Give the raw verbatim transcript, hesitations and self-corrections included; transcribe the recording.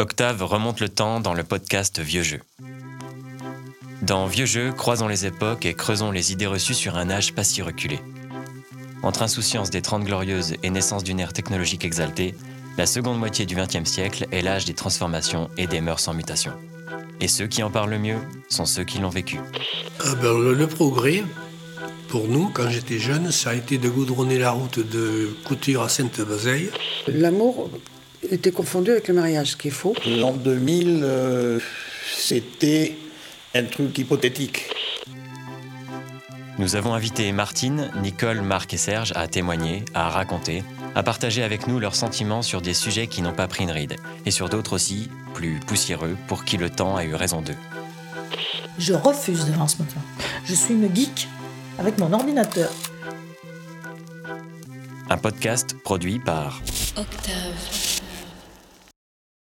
Octave remonte le temps dans le podcast Vieux Jeux. Dans Vieux Jeux, croisons les époques et creusons les idées reçues sur un âge pas si reculé. Entre insouciance des Trente Glorieuses et naissance d'une ère technologique exaltée, la seconde moitié du vingtième siècle est l'âge des transformations et des mœurs en mutation. Et ceux qui en parlent le mieux sont ceux qui l'ont vécu. Ah ben, le, le progrès, pour nous, quand j'étais jeune, ça a été de goudronner la route de Couture à Sainte-Bazeille. L'amour était confondu avec le mariage, ce qui est faux. L'an deux mille, euh, c'était un truc hypothétique. Nous avons invité Martine, Nicole, Marc et Serge à témoigner, à raconter, à partager avec nous leurs sentiments sur des sujets qui n'ont pas pris une ride, et sur d'autres aussi, plus poussiéreux, pour qui le temps a eu raison d'eux. Je refuse demain ce matin. Je suis une geek avec mon ordinateur. Un podcast produit par Octave.